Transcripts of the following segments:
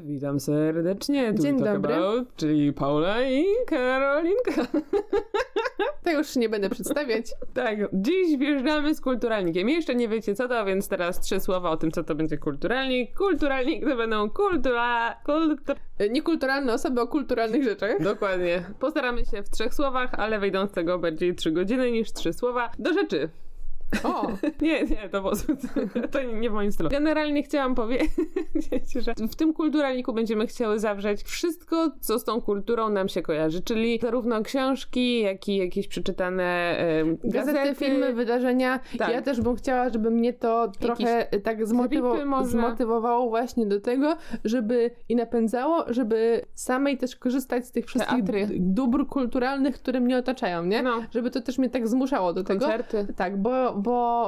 witam serdecznie. Dzień dobry. Czyli Paula i Karolinka. To już nie będę przedstawiać. Tak, dziś wjeżdżamy z kulturalnikiem. Jeszcze nie wiecie co to, więc teraz 3 słowa o tym, co to będzie kulturalnik. Kulturalnik to będą Niekulturalne osoby o kulturalnych rzeczach. Dokładnie. Postaramy się w 3 słowach, ale wyjdą z tego bardziej 3 godziny niż 3 słowa. Do rzeczy. O! Nie, to nie w moim stylu. Generalnie chciałam powiedzieć, że w tym kulturalniku będziemy chciały zawrzeć wszystko, co z tą kulturą nam się kojarzy, czyli zarówno książki, jak i jakieś przeczytane gazety, filmy, wydarzenia. Tak. Ja też bym chciała, żeby mnie to trochę tak zmotywowało właśnie do tego, żeby i napędzało, żeby samej też korzystać z tych wszystkich dóbr kulturalnych, które mnie otaczają, nie? No. Żeby to też mnie tak zmuszało do tego. Koncerty. Tak, bo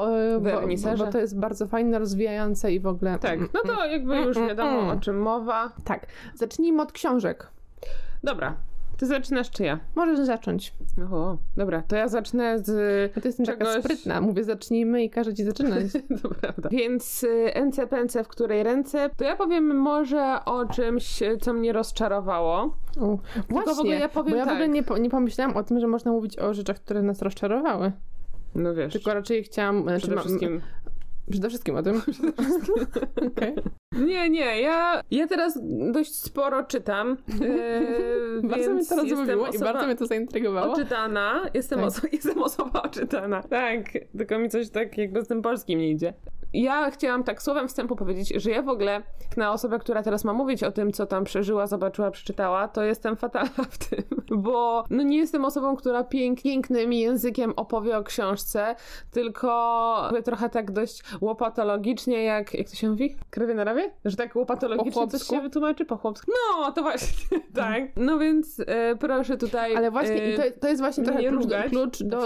to jest bardzo fajne, rozwijające i w ogóle... Tak, no to jakby już wiadomo o czym mowa. Tak, zacznijmy od książek. Dobra, ty zaczynasz czy ja? Możesz zacząć. Oho, dobra, to ja zacznę z ja to jestem czegoś... taka sprytna, mówię zacznijmy i każę ci zaczynać. To prawda. Więc NCPNC w której ręce, to ja powiem może o czymś, co mnie rozczarowało. Właśnie, w ogóle ja powiem bo ja tak. w ogóle nie pomyślałam o tym, że można mówić o rzeczach, które nas rozczarowały. No wiesz. Tylko raczej chciałam... Przede wszystkim o tym. Okay. Nie, ja teraz dość sporo czytam. Bardzo mnie to rozbawiło i bardzo mnie to zaintrygowało. Oczytana. Jestem osoba oczytana. Tak, tylko mi coś tak jakby z tym polskim nie idzie. Ja chciałam tak słowem wstępu powiedzieć, że ja w ogóle na osobę, która teraz ma mówić o tym, co tam przeżyła, zobaczyła, przeczytała, to jestem fatalna w tym, bo no nie jestem osobą, która pięknym językiem opowie o książce, tylko trochę tak dość łopatologicznie, jak to się mówi? Krywie na rawie? Że tak łopatologicznie coś się wytłumaczy? Po chłopsku? No, to właśnie, tak. No więc proszę tutaj... Ale właśnie to jest właśnie trochę klucz do...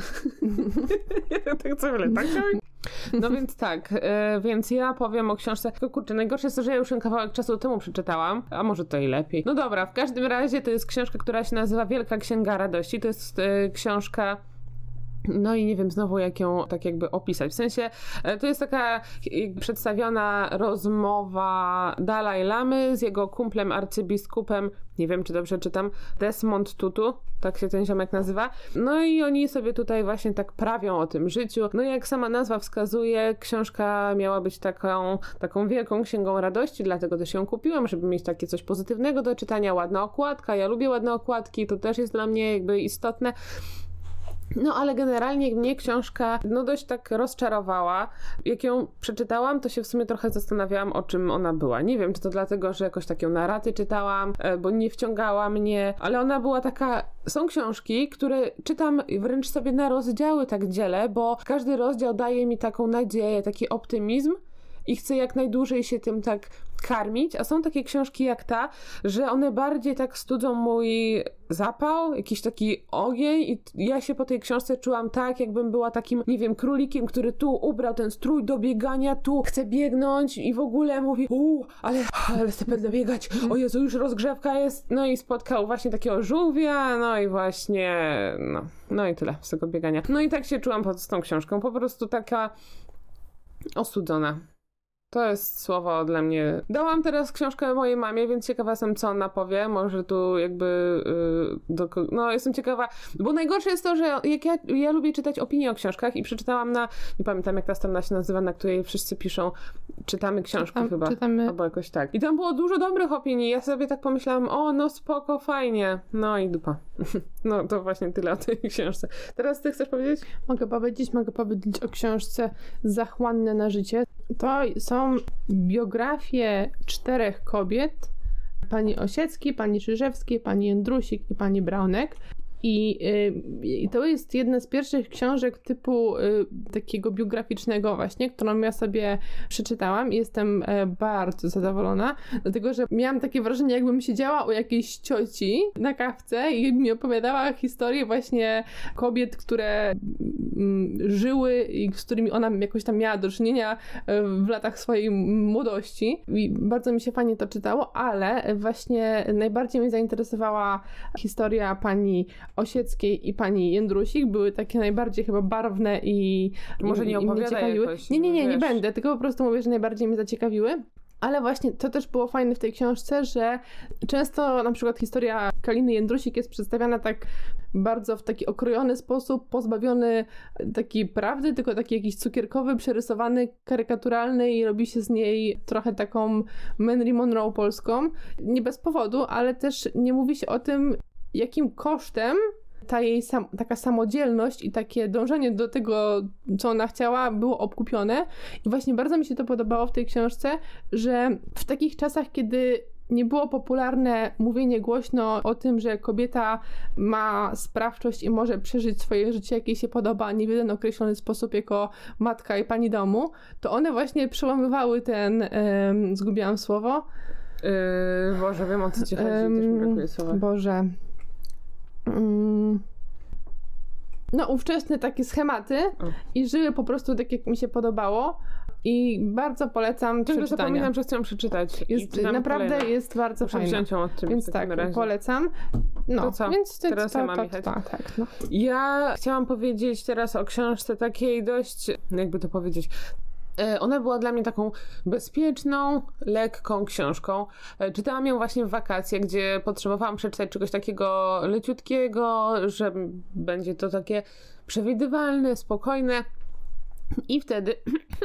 Tak co chwilę, tak? No więc tak, więc ja powiem o książce, tylko kurczę, najgorsze jest to, że ja już ją kawałek czasu temu przeczytałam, a może to i lepiej. No dobra, w każdym razie to jest książka, która się nazywa Wielka Księga Radości, to jest książka... No i nie wiem znowu jak ją tak jakby opisać. W sensie to jest taka przedstawiona rozmowa Dalaj Lamy z jego kumplem arcybiskupem, nie wiem czy dobrze czytam, Desmond Tutu, tak się ten ziomek nazywa. No i oni sobie tutaj właśnie tak prawią o tym życiu. No i jak sama nazwa wskazuje, książka miała być taką wielką księgą radości, dlatego też ją kupiłam, żeby mieć takie coś pozytywnego do czytania, ładna okładka. Ja lubię ładne okładki, to też jest dla mnie jakby istotne. No ale generalnie mnie książka dość tak rozczarowała. Jak ją przeczytałam, to się w sumie trochę zastanawiałam, o czym ona była. Nie wiem, czy to dlatego, że jakoś taką narrację czytałam, bo nie wciągała mnie, ale ona była taka... Są książki, które czytam wręcz sobie na rozdziały tak dzielę, bo każdy rozdział daje mi taką nadzieję, taki optymizm i chcę jak najdłużej się tym tak karmić, a są takie książki jak ta, że one bardziej tak studzą mój zapał, jakiś taki ogień i ja się po tej książce czułam tak, jakbym była takim, nie wiem, królikiem, który tu ubrał ten strój do biegania, tu chce biegnąć i w ogóle mówi ale chcę będę biegać, o Jezu, już rozgrzewka jest, no i spotkał właśnie takiego żółwia, no i właśnie, no i tyle z tego biegania. No i tak się czułam z tą książką, po prostu taka ostudzona. To jest słowo dla mnie. Dałam teraz książkę mojej mamie, więc ciekawa jestem, co ona powie. Może tu jakby... jestem ciekawa. Bo najgorsze jest to, że jak ja lubię czytać opinie o książkach i przeczytałam nie pamiętam jak ta strona się nazywa, na której wszyscy piszą czytamy książkę chyba. Albo jakoś tak. I tam było dużo dobrych opinii. Ja sobie tak pomyślałam, no spoko, fajnie. No i dupa. No to właśnie tyle o tej książce. Teraz ty chcesz powiedzieć? Mogę powiedzieć o książce Zachłanne na życie. To są biografie 4 kobiet, pani Osieckiej, pani Czyżewskiej, pani Jędrusik i pani Braunek. I to jest jedna z pierwszych książek typu takiego biograficznego właśnie, którą ja sobie przeczytałam i jestem bardzo zadowolona, dlatego że miałam takie wrażenie, jakbym siedziała u jakiejś cioci na kawce i mi opowiadała historię właśnie kobiet, które żyły i z którymi ona jakoś tam miała do czynienia w latach swojej młodości. I bardzo mi się fajnie to czytało, ale właśnie najbardziej mnie zainteresowała historia pani Osieckiej i pani Jędrusik. Były takie najbardziej chyba barwne i może nie opowiadaj jakoś. Nie będę, tylko po prostu mówię, że najbardziej mnie zaciekawiły. Ale właśnie to też było fajne w tej książce, że często na przykład historia Kaliny Jędrusik jest przedstawiana tak bardzo w taki okrojony sposób, pozbawiony takiej prawdy, tylko taki jakiś cukierkowy, przerysowany, karykaturalny i robi się z niej trochę taką Marilyn Monroe polską. Nie bez powodu, ale też nie mówi się o tym, jakim kosztem ta jej taka samodzielność i takie dążenie do tego, co ona chciała, było obkupione. I właśnie bardzo mi się to podobało w tej książce, że w takich czasach, kiedy nie było popularne mówienie głośno o tym, że kobieta ma sprawczość i może przeżyć swoje życie, jakie się podoba, nie w jeden określony sposób jako matka i pani domu, to one właśnie przełamywały ten, zgubiłam słowo. Boże, wiem o co ci chodzi, też mi brakuje słowa. Boże. No, ówczesne takie schematy i żyły po prostu tak, jak mi się podobało. I bardzo polecam przeczytania. Zapominam, że chcę ją przeczytać. Naprawdę kolejne. Jest bardzo Muszę fajna. Wziąć ją od ciebie, więc tak, razie. Polecam. No, to co? Więc teraz ja mam jechać. Tak, no. Ja chciałam powiedzieć teraz o książce takiej dość, jakby to powiedzieć, ona była dla mnie taką bezpieczną, lekką książką. Czytałam ją właśnie w wakacje, gdzie potrzebowałam przeczytać czegoś takiego leciutkiego, że będzie to takie przewidywalne, spokojne. I wtedy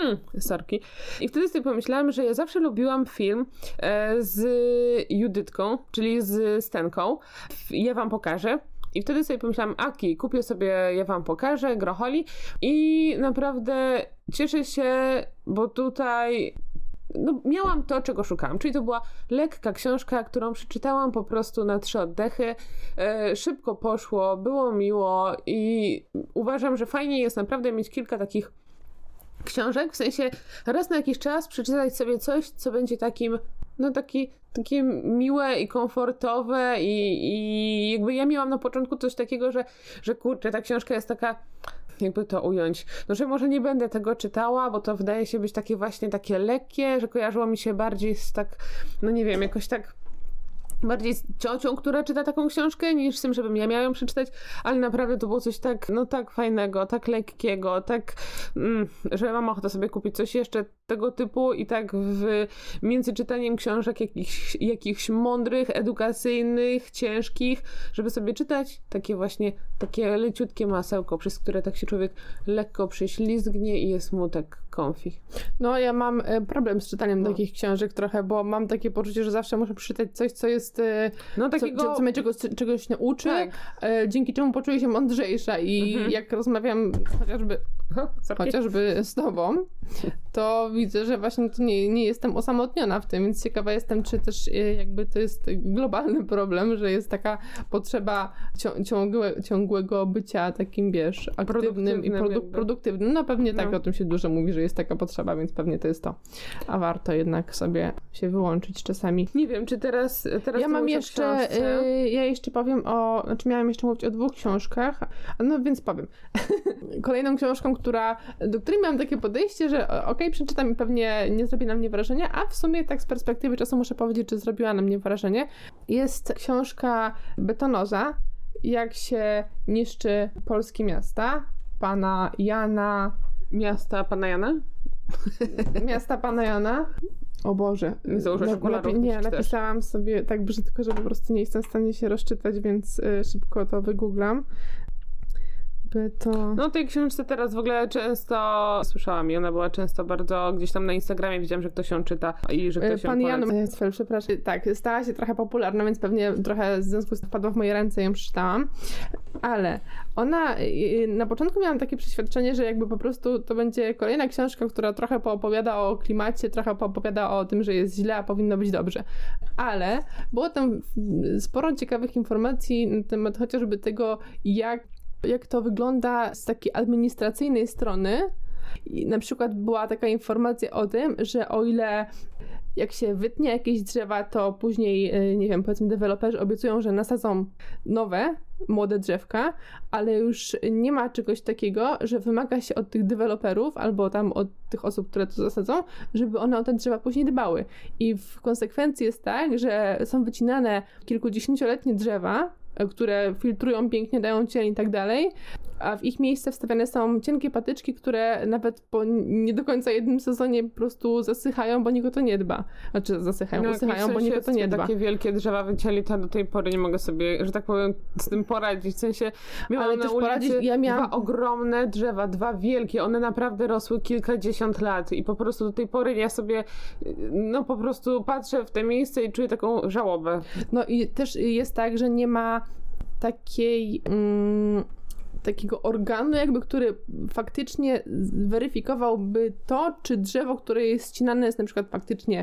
I wtedy sobie pomyślałam, że ja zawsze lubiłam film z Judytką, czyli z Stenką. Ja wam pokażę. I wtedy sobie pomyślałam, kupię sobie Ja wam pokażę, Grocholi. I naprawdę cieszę się, bo tutaj miałam to, czego szukałam. Czyli to była lekka książka, którą przeczytałam po prostu na 3 oddechy. Szybko poszło, było miło i uważam, że fajnie jest naprawdę mieć kilka takich książek, w sensie raz na jakiś czas przeczytać sobie coś, co będzie takim, takie miłe i komfortowe i jakby ja miałam na początku coś takiego, że kurczę, ta książka jest taka, jakby to ująć, że może nie będę tego czytała, bo to wydaje się być takie właśnie takie lekkie, że kojarzyło mi się bardziej z tak, nie wiem, jakoś tak bardziej z ciocią, która czyta taką książkę, niż z tym, żebym ja miała ją przeczytać, ale naprawdę to było coś tak, tak fajnego, tak lekkiego, tak, że mam ochotę sobie kupić coś jeszcze tego typu i tak między czytaniem książek jakichś mądrych, edukacyjnych, ciężkich, żeby sobie czytać takie leciutkie masełko, przez które tak się człowiek lekko prześlizgnie i jest mu tak comfy. No ja mam problem z czytaniem takich książek trochę, bo mam takie poczucie, że zawsze muszę przeczytać coś, co jest co mnie czegoś nauczy, tak. Dzięki czemu poczuję się mądrzejsza i jak rozmawiam chociażby z tobą, to widzę, że właśnie to nie jestem osamotniona w tym, więc ciekawa jestem, czy też jakby to jest globalny problem, że jest taka potrzeba ciągłego bycia takim, wiesz, aktywnym i produktywnym. No pewnie tak, o tym się dużo mówi, że jest taka potrzeba, więc pewnie to jest to. A warto jednak sobie się wyłączyć czasami. Nie wiem, czy teraz ja mam jeszcze, ja jeszcze powiem miałam jeszcze mówić o 2 książkach, no więc powiem. Kolejną książką, do której miałam takie podejście, że przeczytam i pewnie nie zrobi na mnie wrażenia, a w sumie tak z perspektywy czasu muszę powiedzieć, że zrobiła na mnie wrażenie. Jest książka Betonoza, jak się niszczy polskie miasta, pana Jana. Miasta pana Jana? Miasta pana Jana. O Boże. Nie, napisałam sobie tak brzydko, że po prostu nie jestem w stanie się rozczytać, więc szybko to wygooglam. No tej książce teraz w ogóle często słyszałam i ona była często bardzo gdzieś tam na Instagramie, widziałam, że ktoś ją czyta i że ktoś ją Pan poleca. Jan, przepraszam. Tak, stała się trochę popularna, więc pewnie trochę w związku z tym wpadła w moje ręce i ją przeczytałam. Ale ona, na początku miałam takie przeświadczenie, że jakby po prostu to będzie kolejna książka, która trochę poopowiada o klimacie, trochę poopowiada o tym, że jest źle, a powinno być dobrze. Ale było tam sporo ciekawych informacji na temat chociażby tego, jak to wygląda z takiej administracyjnej strony. I na przykład była taka informacja o tym, że o ile jak się wytnie jakieś drzewa, to później, nie wiem, powiedzmy deweloperzy obiecują, że nasadzą nowe, młode drzewka, ale już nie ma czegoś takiego, że wymaga się od tych deweloperów albo tam od tych osób, które to zasadzą, żeby one o te drzewa później dbały. I w konsekwencji jest tak, że są wycinane kilkudziesięcioletnie drzewa, które filtrują pięknie, dają cień i tak dalej, a w ich miejsce wstawiane są cienkie patyczki, które nawet po nie do końca jednym sezonie po prostu zasychają, bo nikt o to nie dba. Znaczy zasychają, usychają, bo nikt o to nie dba. Takie wielkie drzewa wycięli, to do tej pory nie mogę sobie, że tak powiem, z tym poradzić. W sensie miałam na ulicy dwa ogromne drzewa, dwa wielkie, one naprawdę rosły kilkadziesiąt lat i po prostu do tej pory ja sobie po prostu patrzę w te miejsce i czuję taką żałobę. No i też jest tak, że nie ma takiego organu jakby, który faktycznie weryfikowałby to, czy drzewo, które jest ścinane jest na przykład faktycznie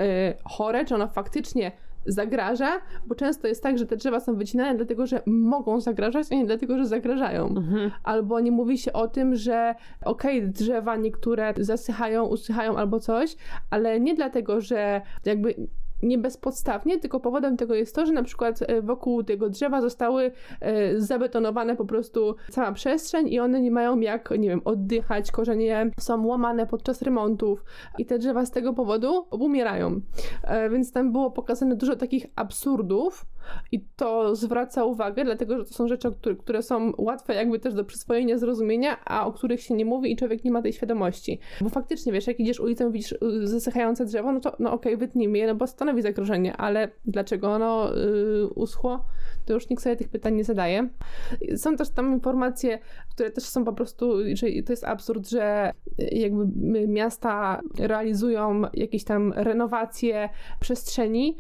chore, czy ono faktycznie zagraża, bo często jest tak, że te drzewa są wycinane dlatego, że mogą zagrażać, a nie dlatego, że zagrażają. Mhm. Albo nie mówi się o tym, że drzewa niektóre zasychają, usychają albo coś, ale nie dlatego, że jakby nie bezpodstawnie, tylko powodem tego jest to, że na przykład wokół tego drzewa zostały zabetonowane po prostu cała przestrzeń i one nie mają jak, nie wiem, oddychać, korzenie są łamane podczas remontów i te drzewa z tego powodu obumierają. Więc tam było pokazane dużo takich absurdów i to zwraca uwagę, dlatego, że to są rzeczy, które są łatwe jakby też do przyswojenia, zrozumienia, a o których się nie mówi i człowiek nie ma tej świadomości. Bo faktycznie, wiesz, jak idziesz ulicą, widzisz zasychające drzewo, no to wytnijmy je, no bo stanowi zagrożenie, ale dlaczego ono uschło, to już nikt sobie tych pytań nie zadaje. Są też tam informacje, które też są po prostu, że to jest absurd, że jakby miasta realizują jakieś tam renowacje przestrzeni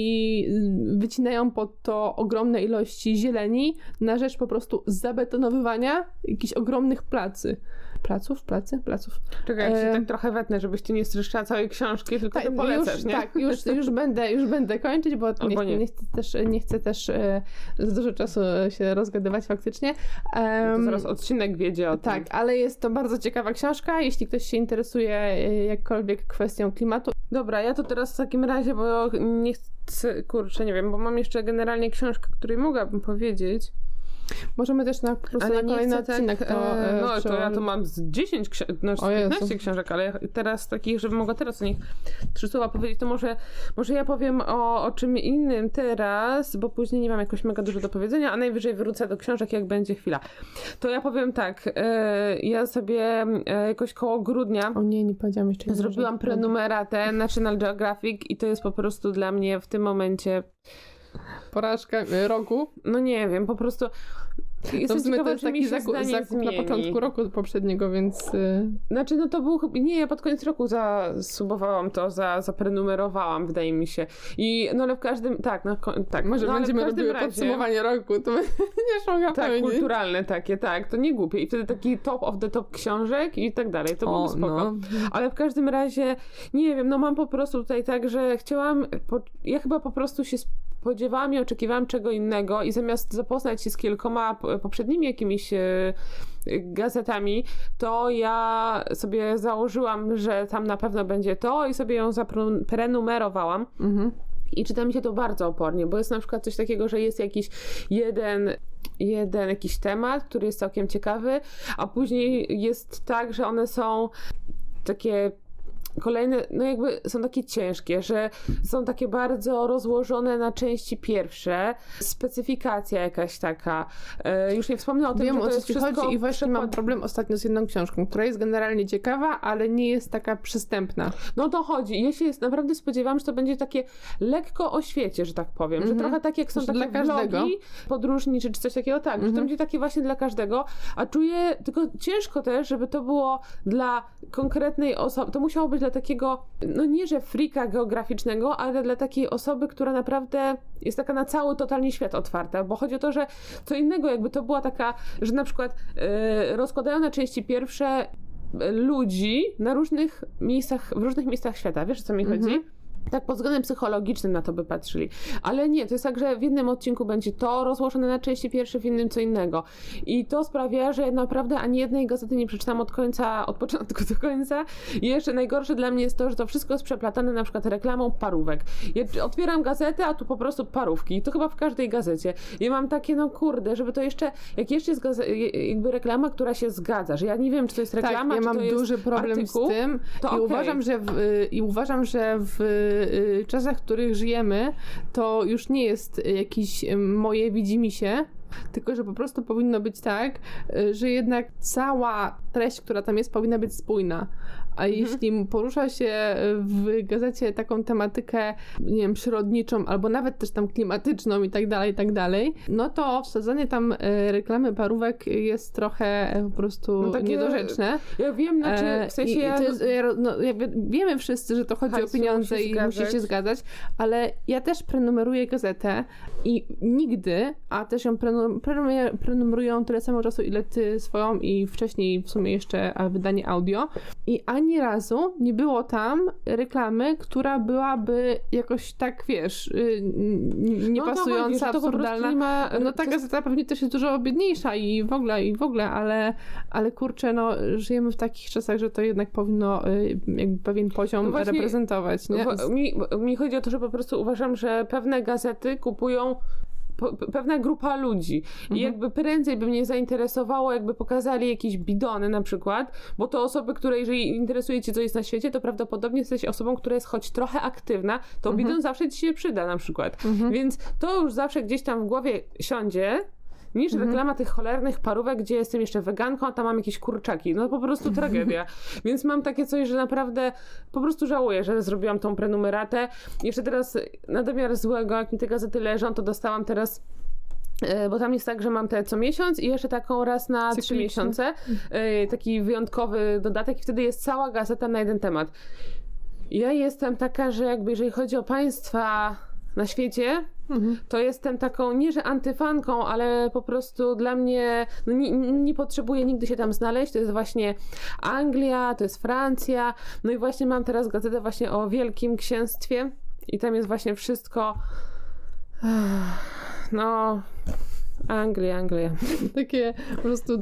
i wycinają pod to ogromne ilości zieleni na rzecz po prostu zabetonowywania jakichś ogromnych placów. Czekaj, jak się tak trochę wetnę, żebyś ty nie streszczała całej książki, tylko to polecasz, nie? Tak, już będę kończyć, bo nie chcę też za dużo czasu się rozgadywać faktycznie. To zaraz odcinek wiedzie o tym. Tak, ale jest to bardzo ciekawa książka, jeśli ktoś się interesuje jakkolwiek kwestią klimatu. Dobra, ja to teraz w takim razie, bo nie chcę, nie wiem, bo mam jeszcze generalnie książkę, której mogłabym powiedzieć. Możemy też po prostu na kolejny odcinek to ja to mam z 10 15 książek, ale teraz takich, żebym mogła teraz o nich 3 słowa powiedzieć, to może ja powiem o czym innym teraz, bo później nie mam jakoś mega dużo do powiedzenia, a najwyżej wrócę do książek, jak będzie chwila. To ja powiem tak, ja sobie jakoś koło grudnia nie powiedziałam jeszcze. Zrobiłam prenumeratę National Geographic i to jest po prostu dla mnie w tym momencie porażka roku? No nie wiem, po prostu to w sumie to jest taki zakup na początku roku poprzedniego, więc... Znaczy, no to był chyba... Nie, ja pod koniec roku zasubowałam to, zaprenumerowałam, wydaje mi się. No ale w każdym... Tak. Może będziemy robiły podsumowanie roku, to będziesz mogła powiedzieć. Kulturalne takie, tak. To nie głupie. I wtedy taki top of the top książek i tak dalej. To byłoby spoko. No. Ale w każdym razie, nie wiem, mam po prostu tutaj tak, że chciałam... Ja chyba po prostu się spodziewałam i oczekiwałam czego innego i zamiast zapoznać się z kilkoma poprzednimi jakimiś gazetami, to ja sobie założyłam, że tam na pewno będzie to i sobie ją zaprenumerowałam. Mhm. I czyta mi się to bardzo opornie, bo jest na przykład coś takiego, że jest jakiś jeden jakiś temat, który jest całkiem ciekawy, a później jest tak, że one są takie kolejne, jakby są takie ciężkie, że są takie bardzo rozłożone na części pierwsze, specyfikacja jakaś taka. Już nie wspomnę o tym, że to jest wszystko... chodzi i właśnie mam problem ostatnio z jedną książką, która jest generalnie ciekawa, ale nie jest taka przystępna. No to chodzi. Ja się naprawdę spodziewałam, że to będzie takie lekko o świecie, że tak powiem, że trochę tak jak są takie vlogi podróżni, czy coś takiego, tak, że to będzie takie właśnie dla każdego, a czuję, tylko ciężko też, żeby to było dla konkretnej osoby, to musiało być dla takiego, nie że freaka geograficznego, ale dla takiej osoby, która naprawdę jest taka na cały totalnie świat otwarta, bo chodzi o to, że co innego jakby to była taka, że na przykład rozkładają na części pierwsze ludzi na różnych miejscach, w różnych miejscach świata. Wiesz, o co mi chodzi? Tak pod względem psychologicznym na to by patrzyli. Ale nie, to jest tak, że w jednym odcinku będzie to rozłożone na części pierwsze, w innym co innego. I to sprawia, że naprawdę ani jednej gazety nie przeczytam od początku do końca. I jeszcze najgorsze dla mnie jest to, że to wszystko jest przeplatane na przykład reklamą parówek. Ja otwieram gazetę, a tu po prostu parówki. I to chyba w każdej gazecie. I mam takie, żeby to jeszcze, jak jeszcze jest jakby reklama, która się zgadza, że ja nie wiem, czy to jest reklama, tak, ja czy mam to duży jest problem artykuł, z tym to uważam, że w czasach, w których żyjemy, to już nie jest jakiś moje widzimisię, tylko że po prostu powinno być tak, że jednak cała treść, która tam jest, powinna być spójna. A jeśli porusza się w gazecie taką tematykę, nie wiem, przyrodniczą, albo nawet też tam klimatyczną i tak dalej, no to wsadzanie tam reklamy parówek jest trochę po prostu niedorzeczne. Ja wiem, w sensie wiemy wszyscy, że to chodzi o pieniądze i musi się zgadzać, ale ja też prenumeruję gazetę i nigdy, a też ją prenumeruję tyle samo czasu, ile ty swoją i wcześniej w sumie jeszcze wydanie audio i ani razu nie było tam reklamy, która byłaby jakoś tak, wiesz, niepasująca, absurdalna. Ta gazeta pewnie też jest dużo biedniejsza i w ogóle, ale kurczę, żyjemy w takich czasach, że to jednak powinno jakby pewien poziom reprezentować, nie? Mi chodzi o to, że po prostu uważam, że pewne gazety kupują pewna grupa ludzi i jakby prędzej by mnie zainteresowało, jakby pokazali jakieś bidony na przykład, bo to osoby, które jeżeli interesuje cię, co jest na świecie, to prawdopodobnie jesteś osobą, która jest choć trochę aktywna, to bidon zawsze ci się przyda na przykład. Więc to już zawsze gdzieś tam w głowie siądzie, niż reklama tych cholernych parówek, gdzie jestem jeszcze weganką, a tam mam jakieś kurczaki. No po prostu tragedia. Więc mam takie coś, że naprawdę po prostu żałuję, że zrobiłam tą prenumeratę. Jeszcze teraz na domiar złego, jak mi te gazety leżą, to dostałam teraz, bo tam jest tak, że mam te co miesiąc i jeszcze taką raz na 3 miesiące. Taki wyjątkowy dodatek i wtedy jest cała gazeta na jeden temat. Ja jestem taka, że jakby jeżeli chodzi o państwa na świecie, to jestem taką, nie że antyfanką, ale po prostu dla mnie nie potrzebuję nigdy się tam znaleźć. To jest właśnie Anglia, to jest Francja. No i właśnie mam teraz gazetę właśnie o Wielkim Księstwie i tam jest właśnie wszystko Anglia. Takie po prostu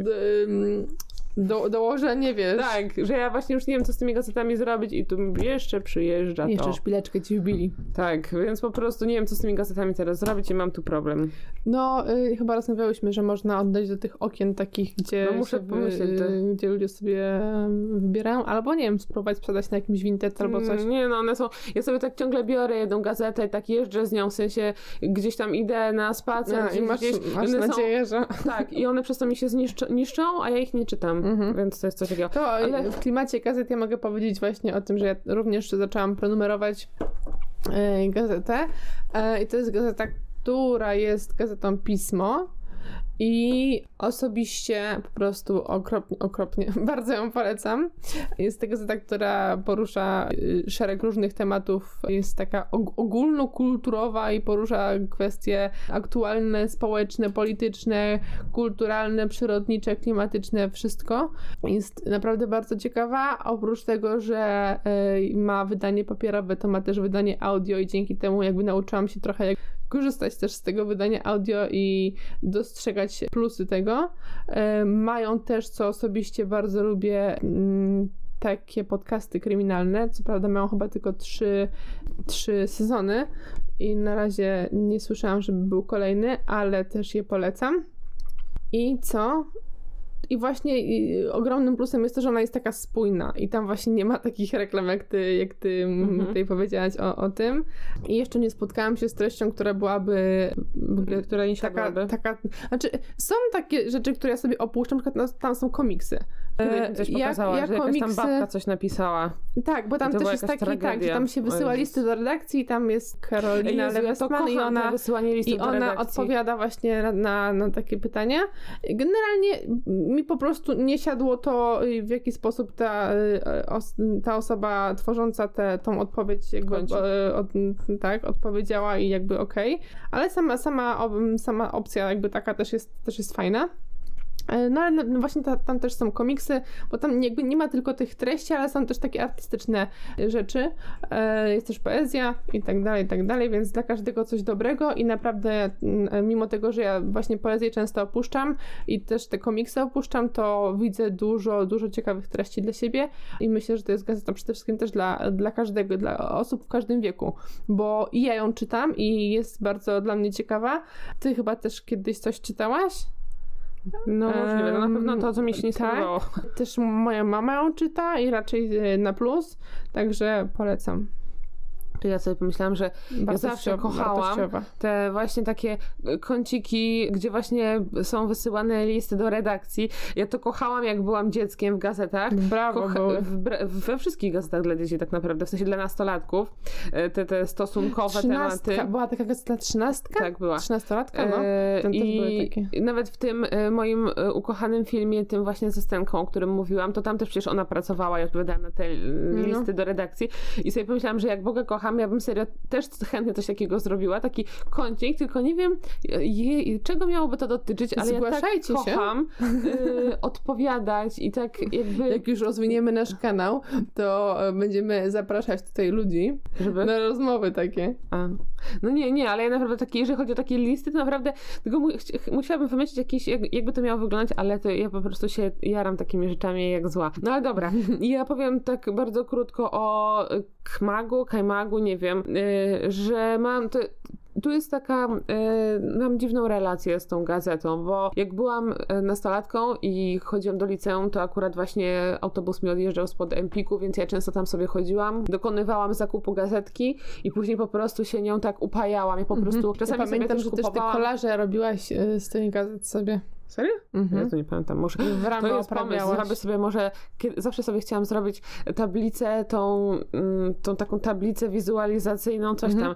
dołożenie, wiesz. Tak, że ja właśnie już nie wiem, co z tymi gazetami zrobić i tu jeszcze przyjeżdża to. Jeszcze szpileczkę ci wbili. Tak, więc po prostu nie wiem, co z tymi gazetami teraz zrobić i mam tu problem. Chyba rozmawiałyśmy, że można oddać do tych okien takich, gdzie, gdzie ludzie sobie wybierają, albo nie wiem, spróbować sprzedać na jakimś Vinted albo coś. Nie, one są, ja sobie tak ciągle biorę jedną gazetę i tak jeżdżę z nią, w sensie gdzieś tam idę na spacer. I masz nadzieję, że... Tak, i one przez to mi się niszczą, a ja ich nie czytam. Więc to jest coś takiego. Ale w klimacie gazet ja mogę powiedzieć właśnie o tym, że ja również zaczęłam prenumerować gazetę i to jest gazeta, która jest gazetą Pismo i osobiście po prostu okropnie, bardzo ją polecam. Jest to gazeta, która porusza szereg różnych tematów, jest taka ogólnokulturowa i porusza kwestie aktualne, społeczne, polityczne, kulturalne, przyrodnicze, klimatyczne, wszystko. Jest naprawdę bardzo ciekawa, oprócz tego, że ma wydanie papierowe, to ma też wydanie audio i dzięki temu jakby nauczyłam się trochę jak korzystać też z tego wydania audio i dostrzegać plusy tego. Mają też, co osobiście bardzo lubię, takie podcasty kryminalne. Co prawda mają chyba tylko 3 sezony i na razie nie słyszałam, żeby był kolejny, ale też je polecam. I co? I właśnie ogromnym plusem jest to, że ona jest taka spójna i tam właśnie nie ma takich reklam, jak ty tutaj powiedziałaś o tym. I jeszcze nie spotkałam się z treścią, która byłaby która nie taka, znaczy są takie rzeczy, które ja sobie opuszczam, na przykład tam są komiksy. Coś pokazała, że jakaś tam babka coś napisała. Tak, bo tam też jest taki, tak, że tam się wysyła listy do redakcji i tam jest Karolina Lewestman i ona odpowiada właśnie na takie pytania. Generalnie mi po prostu nie siadło to, w jaki sposób ta osoba tworząca tą odpowiedź jakby odpowiedziała i jakby okej. Ale sama opcja jakby taka też jest fajna. No ale właśnie tam też są komiksy, bo tam jakby nie ma tylko tych treści, ale są też takie artystyczne rzeczy. Jest też poezja i tak dalej, więc dla każdego coś dobrego i naprawdę mimo tego, że ja właśnie poezję często opuszczam i też te komiksy opuszczam, to widzę dużo ciekawych treści dla siebie i myślę, że to jest gazeta przede wszystkim też dla każdego, dla osób w każdym wieku, bo i ja ją czytam i jest bardzo dla mnie ciekawa. Ty chyba też kiedyś coś czytałaś? No możliwe, na pewno to, co mi się nie spodobało. Też moja mama ją czyta i raczej na plus, także polecam. to ja sobie pomyślałam, że ja zawsze kochałam te właśnie takie kąciki, gdzie właśnie są wysyłane listy do redakcji. Ja to kochałam, jak byłam dzieckiem w gazetach. Brawo, we wszystkich gazetach dla dzieci tak naprawdę, w sensie dla nastolatków. Te stosunkowe tematy. Była taka gazeta 13? Tak, była. 13-latka, no. Tam też były takie. Nawet w tym moim ukochanym filmie, tym właśnie ze Stenką, o którym mówiłam, to tam też przecież ona pracowała i odpowiadała na te listy do redakcji. I sobie pomyślałam, że jak Boga kocham, ja bym serio też chętnie coś takiego zrobiła, taki kącik, tylko nie wiem czego miałoby to dotyczyć, ale zgłaszajcie ja tak kocham odpowiadać i tak jakby... Jak już rozwiniemy nasz kanał, to będziemy zapraszać tutaj ludzi na rozmowy takie. No nie, ale ja naprawdę takie, jeżeli chodzi o takie listy, to naprawdę tylko musiałabym wymyślić jakieś, jakby to miało wyglądać, ale to ja po prostu się jaram takimi rzeczami jak zła. No ale dobra, ja powiem tak bardzo krótko o Kajmagu, nie wiem, że mam... Tu jest taka, mam dziwną relację z tą gazetą, bo jak byłam nastolatką i chodziłam do liceum, to akurat właśnie autobus mi odjeżdżał spod Empiku, więc ja często tam sobie chodziłam, dokonywałam zakupu gazetki i później po prostu się nią tak upajałam. Ja po prostu czasami ja pamiętam, sobie że też te kolarze robiłaś z tej gazet sobie. Serio? Ja to nie pamiętam. Może to jest pomysł. Zrobię sobie może... Zawsze sobie chciałam zrobić tablicę, tą taką tablicę wizualizacyjną, coś tam.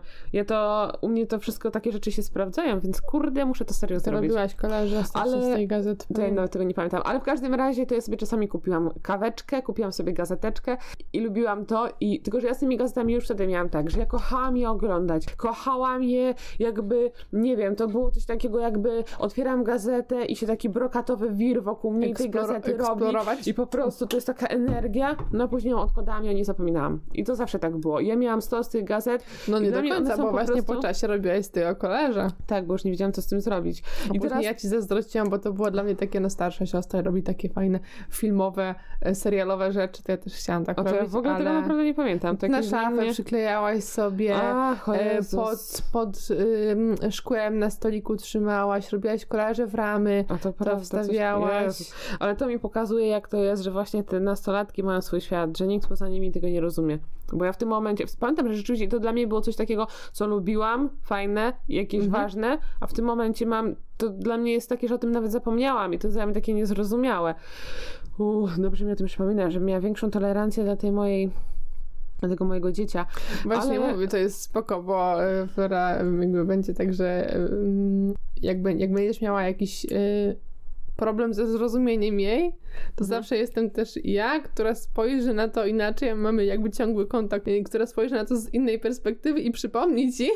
U mnie to wszystko takie rzeczy się sprawdzają, więc kurde, muszę to serio zrobić. Robiłaś kolarze z tej gazety. To ja nawet tego nie pamiętam. Ale w każdym razie to ja sobie czasami kupiłam kaweczkę, kupiłam sobie gazeteczkę i lubiłam to. Tylko, że ja z tymi gazetami już wtedy miałam tak, że ja kochałam je oglądać. Kochałam je jakby, nie wiem, to było coś takiego jakby otwieram gazetę i się taki brokatowy wir wokół mnie i tej gazety robi i po prostu to jest taka energia, no później ją odkładałam i o niej zapominałam. I to zawsze tak było. Ja miałam 100 z tych gazet. No nie do końca, bo właśnie po czasie robiłaś z tego kolarza. Tak, bo już nie wiedziałam, co z tym zrobić. I teraz ja ci zazdrościłam, bo to było dla mnie takie, no starsza siostra robi takie fajne filmowe, serialowe rzeczy, to ja też chciałam tak robić. Ja w ogóle tego naprawdę nie pamiętam. To na szafę przyklejałaś sobie, pod szkłem na stoliku trzymałaś, robiłaś kolarze w ramy. To wstawiałaś. Ale to mi pokazuje, jak to jest, że właśnie te nastolatki mają swój świat, że nikt poza nimi tego nie rozumie. Bo ja w tym momencie, pamiętam, że rzeczywiście to dla mnie było coś takiego, co lubiłam, fajne, jakieś ważne, a w tym momencie to dla mnie jest takie, że o tym nawet zapomniałam i to jest dla mnie takie niezrozumiałe. Dobrze mi o tym przypomina, że miała większą tolerancję dla tego mojego dziecia. Właśnie mówię, to jest spoko, bo jakby będzie tak, że jak będziesz miała jakiś problem ze zrozumieniem jej, to zawsze jestem też ja, która spojrzy na to inaczej, a mamy jakby ciągły kontakt, która spojrzy na to z innej perspektywy i przypomni ci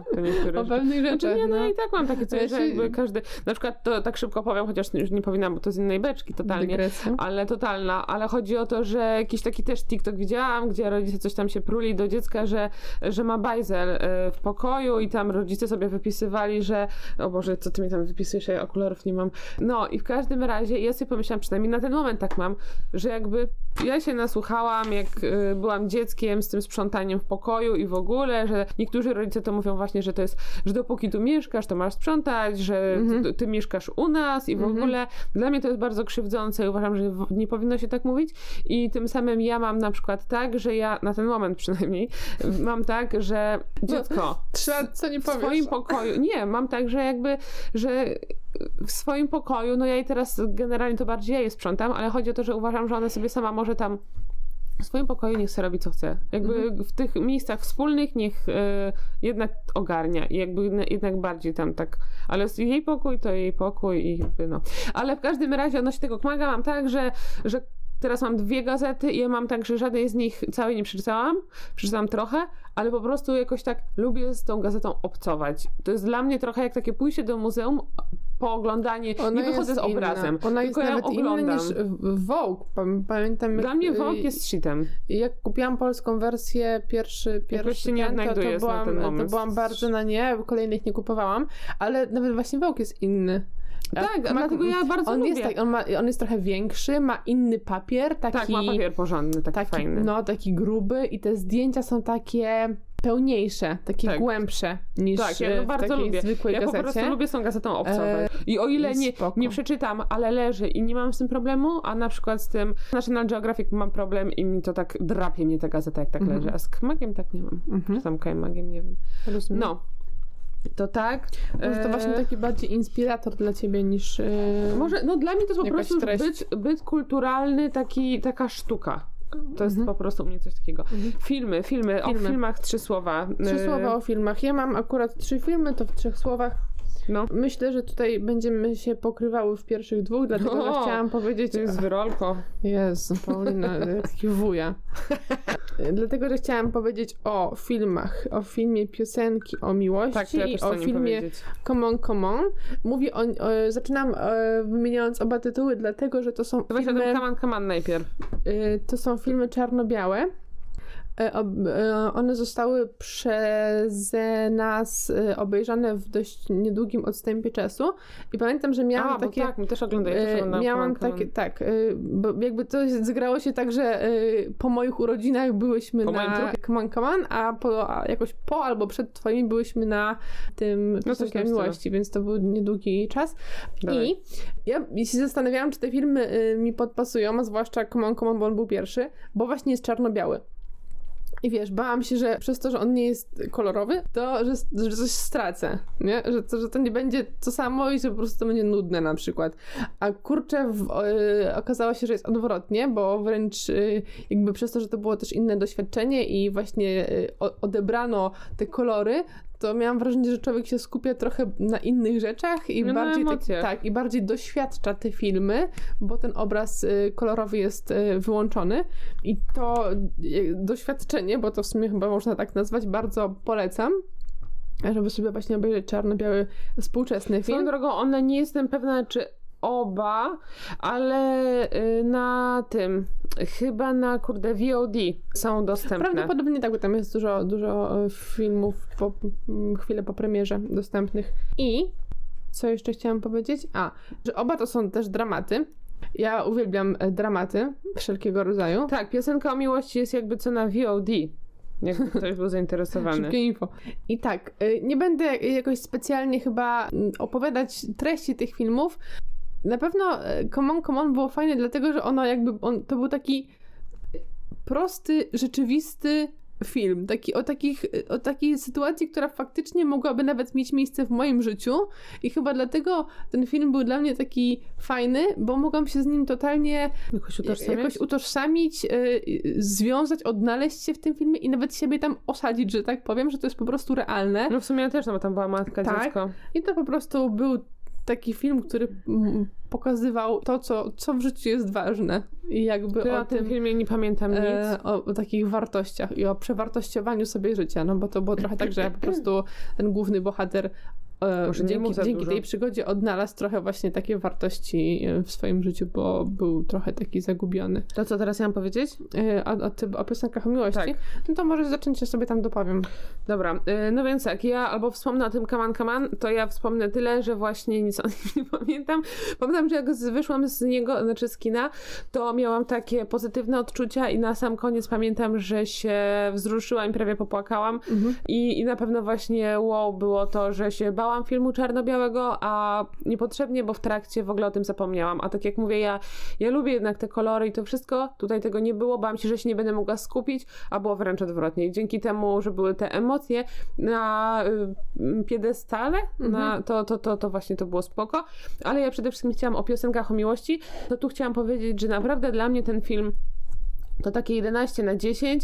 o pewnych rzeczach. No i tak mam takie coś, że jakby każdy, na przykład to tak szybko powiem, chociaż już nie powinnam, bo to z innej beczki totalnie, dygresja. Ale totalna, ale chodzi o to, że jakiś taki też TikTok widziałam, gdzie rodzice coś tam się pruli do dziecka, że ma bajzel w pokoju i tam rodzice sobie wypisywali, że o Boże, co ty mi tam wypisujesz, ja okularów nie mam. No i w każdym razie ja sobie pomyślałam, przynajmniej na ten moment tak mam, że jakby ja się nasłuchałam, jak byłam dzieckiem z tym sprzątaniem w pokoju i w ogóle, że niektórzy rodzice to mówią właśnie, że to jest, że dopóki tu mieszkasz, to masz sprzątać, że ty mieszkasz u nas i w ogóle. Dla mnie to jest bardzo krzywdzące i uważam, że nie powinno się tak mówić i tym samym ja mam na przykład tak, że ja na ten moment przynajmniej mam tak, że dziecko co nie powiesz? W swoim pokoju, nie, mam tak, że jakby, że w swoim pokoju, no ja i teraz generalnie to bardziej ja je sprzątam, ale chodzi o to, że uważam, że ona sobie sama może tam w swoim pokoju niech sobie robi co chce. Jakby w tych miejscach wspólnych niech jednak ogarnia i jakby jednak bardziej tam tak, ale jej pokój to jej pokój i jakby no. Ale w każdym razie odnośnie tego Kmaga mam tak, że teraz mam 2 gazety i ja mam tak, że żadnej z nich całej nie przeczytałam trochę, ale po prostu jakoś tak lubię z tą gazetą obcować. To jest dla mnie trochę jak takie pójście do muzeum, pooglądanie, nie wychodzę z obrazem. Ona jest nawet inna niż Vogue. Pamiętam, dla mnie Vogue jest shitem. Jak kupiłam polską wersję, pierwszy to byłam bardzo na nie, kolejnych nie kupowałam, ale nawet właśnie Vogue jest inny. Tak, dlatego ja bardzo lubię. On jest trochę większy, ma inny papier. Tak, ma papier porządny, taki fajny. No, taki gruby i te zdjęcia są takie pełniejsze, takie Tak. głębsze niż Tak, ja w bardzo takiej lubię. zwykłej Ja gazecie. po prostu lubię z tą gazetą obcować. I o ile spoko. nie przeczytam, ale leży i nie mam z tym problemu, a na przykład z tym National Geographic mam problem i mi to tak drapie mnie ta gazeta, jak tak leży. A z Kmagiem tak nie mam. Czy tam Kmagiem, nie wiem. Rozumiem. No. To tak. Może to właśnie taki bardziej inspirator dla ciebie niż... Może, no dla mnie to jest po jakaś prostu treść. byt kulturalny, taka sztuka. To jest po prostu u mnie coś takiego. Filmy. O filmach 3 słowa. 3 słowa o filmach. Ja mam akurat 3 filmy, to w 3 słowach. No. Myślę, że tutaj będziemy się pokrywały w pierwszych 2, dlatego że chciałam powiedzieć... To jest wyrolko. Jezu, Paulina, taki wuja. Dlatego, że chciałam powiedzieć o filmach, o filmie Piosenki o miłości Tak, ja i też o chcę filmie powiedzieć. Come On. Mówię zaczynam wymieniając oba tytuły, dlatego, że to są To weź o filmy... tym Come On najpierw. To są filmy czarno-białe. One zostały przeze nas obejrzane w dość niedługim odstępie czasu i pamiętam, że miałam takie... tak, my też oglądałam. Miałam takie, tak, bo jakby to zgrało się tak, że po moich urodzinach byłyśmy na Come On, a jakoś po albo przed twoimi byłyśmy na tym Piosenki o miłości, więc to był niedługi czas. Dawaj. I ja się zastanawiałam, czy te filmy mi podpasują, a zwłaszcza Come On, bo on był pierwszy, bo właśnie jest czarno-biały. I wiesz, bałam się, że przez to, że on nie jest kolorowy, to że coś stracę, nie? Że to nie będzie to samo i że po prostu to będzie nudne na przykład. A kurczę, okazało się, że jest odwrotnie, bo wręcz jakby przez to, że to było też inne doświadczenie i właśnie odebrano te kolory, to miałam wrażenie, że człowiek się skupia trochę na innych rzeczach i bardziej i bardziej doświadcza te filmy, bo ten obraz kolorowy jest wyłączony i to doświadczenie, bo to w sumie chyba można tak nazwać, bardzo polecam, żeby sobie właśnie obejrzeć czarno-biały współczesny film. Swoją drogą, one nie jestem pewna, czy oba, ale na tym, chyba na VOD są dostępne. Prawdopodobnie tak, bo tam jest dużo filmów chwilę po premierze dostępnych. I co jeszcze chciałam powiedzieć? Że oba to są też dramaty. Ja uwielbiam dramaty wszelkiego rodzaju. Tak, Piosenka o miłości jest jakby co na VOD. Jakby ktoś był zainteresowany. Szybkie info. I tak, nie będę jakoś specjalnie chyba opowiadać treści tych filmów. Na pewno Come On było fajne, dlatego że to był taki prosty, rzeczywisty film. O takiej sytuacji, która faktycznie mogłaby nawet mieć miejsce w moim życiu i chyba dlatego ten film był dla mnie taki fajny, bo mogłam się z nim totalnie jakoś utożsamić, związać, odnaleźć się w tym filmie i nawet siebie tam osadzić, że tak powiem, że to jest po prostu realne. No w sumie ja też, no bo tam była matka, dziecko. I to po prostu był taki film, który pokazywał to, co w życiu jest ważne. I jakby o tym filmie nie pamiętam nic. O takich wartościach i o przewartościowaniu sobie życia, no bo to było trochę tak, że po prostu ten główny bohater dzięki tej przygodzie odnalazł trochę właśnie takie wartości w swoim życiu, bo był trochę taki zagubiony. To co teraz ja mam powiedzieć? O piosenkach o miłości? Tak. No to może zacząć, ja sobie tam dopowiem. Dobra, no więc jak ja albo wspomnę o tym Come On, to ja wspomnę tyle, że właśnie nic o nim nie pamiętam. Pamiętam, że jak wyszłam z niego, znaczy z kina, to miałam takie pozytywne odczucia i na sam koniec pamiętam, że się wzruszyłam i prawie popłakałam. I na pewno właśnie było to, że się bałam filmu czarno-białego, a niepotrzebnie, bo w trakcie w ogóle o tym zapomniałam. A tak jak mówię, ja lubię jednak te kolory i to wszystko. Tutaj tego nie było. Bałam się, że się nie będę mogła skupić, a było wręcz odwrotnie. I dzięki temu, że były te emocje na piedestale, to właśnie to było spoko. Ale ja przede wszystkim chciałam o piosenkach o miłości. To tu chciałam powiedzieć, że naprawdę dla mnie ten film to takie 11/10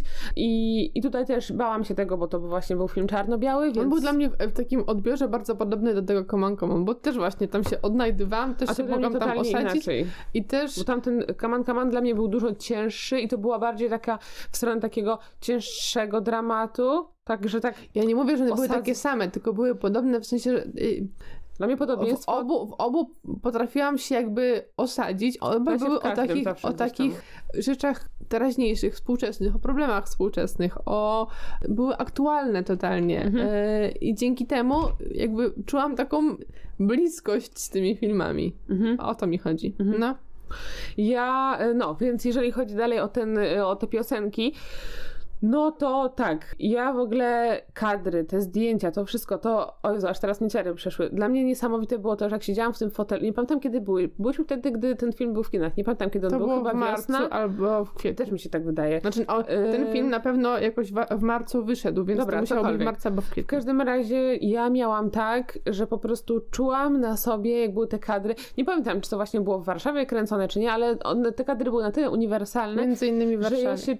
i tutaj też bałam się tego, bo to właśnie był film czarno-biały, więc... On był dla mnie w takim odbiorze bardzo podobny do tego Come On, bo też właśnie tam się odnajdywałam, też się mogłam tam osadzić. Inaczej. I też... Bo tamten Come On dla mnie był dużo cięższy i to była bardziej taka w stronę takiego cięższego dramatu, także tak... Ja nie mówię, że one były takie same, tylko były podobne w sensie, że... Dla mnie podobnie jest... W obu potrafiłam się jakby osadzić. Oba były o takich rzeczach teraźniejszych, współczesnych, o problemach współczesnych, były aktualne totalnie. I dzięki temu jakby czułam taką bliskość z tymi filmami. O to mi chodzi. No. Więc jeżeli chodzi dalej o te piosenki, No to tak, ja w ogóle kadry, te zdjęcia, to wszystko, to, o Jezu, aż teraz mi ciary przeszły. Dla mnie niesamowite było to, że jak siedziałam w tym fotelu, nie pamiętam kiedy byłyśmy wtedy, gdy ten film był w kinach, nie pamiętam kiedy on był, chyba w marcu wiosna. albo w kwietniu. Też mi się tak wydaje. Znaczy, ten film na pewno jakoś w marcu wyszedł, więc Dobra, to musiało być w cokolwiek. marcu albo w W kwietniu. każdym razie ja miałam tak, że po prostu czułam na sobie, jak były te kadry, nie pamiętam, czy to właśnie było w Warszawie kręcone, czy nie, ale te kadry były na tyle uniwersalne, Między innymi w że Warszawie. ja się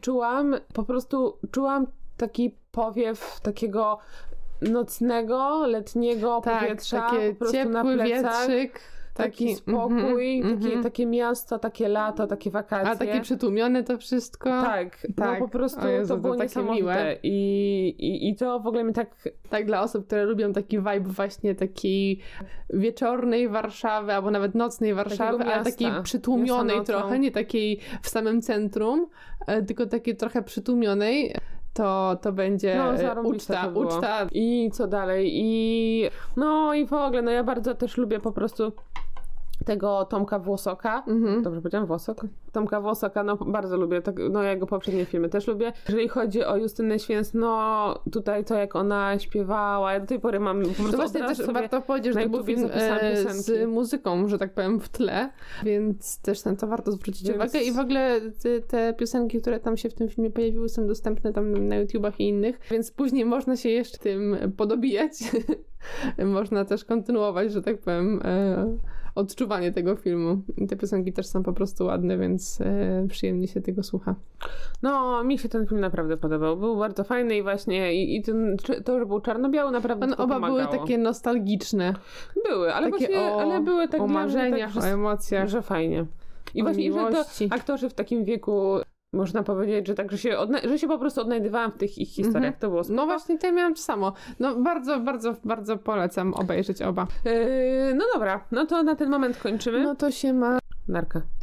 czułam taki powiew takiego nocnego, letniego powietrza, takie po prostu ciepły na plecach. wietrzyk. Taki spokój, takie miasto, takie lato, takie wakacje. A takie przytłumione to wszystko. Tak, no po prostu O Jezu, to było takie niesamowite. miłe. I to w ogóle mi tak... Tak dla osób, które lubią taki vibe właśnie takiej wieczornej Warszawy, albo nawet nocnej Warszawy, ale miasta. takiej przytłumionej Miasta nocą. trochę, nie takiej w samym centrum, tylko takiej trochę przytłumionej. To będzie zarąbiste to było. uczta. I co dalej? I w ogóle, ja bardzo też lubię po prostu tego Tomka Włosoka. Dobrze powiedziałam? Włosok? Tomka Włosoka, bardzo lubię. Jego poprzednie filmy też lubię. Jeżeli chodzi o Justynę Święc, tutaj to jak ona śpiewała, ja do tej pory mam po prostu Właśnie też warto powiedzieć, że to był film z muzyką, że tak powiem, w tle, więc też na to warto zwrócić uwagę. I w ogóle te piosenki, które tam się w tym filmie pojawiły, są dostępne tam na YouTubach i innych, więc później można się jeszcze tym podobijać. Można też kontynuować, że tak powiem, odczuwanie tego filmu. I te piosenki też są po prostu ładne, więc przyjemnie się tego słucha. Mi się ten film naprawdę podobał. Był bardzo fajny i właśnie to, że był czarno-biały, naprawdę Oba pomagało. były takie nostalgiczne. Były, ale takie właśnie, ale były takie o marzeniach, o emocjach. Że fajnie. I właśnie, miłości. że to aktorzy w takim wieku, można powiedzieć, że tak, że się po prostu odnajdywałam w tych ich historiach. To było spoko. No właśnie, to ja miałam to samo. Bardzo, bardzo, bardzo polecam obejrzeć oba. No dobra, to na ten moment kończymy. No to się ma... Narka.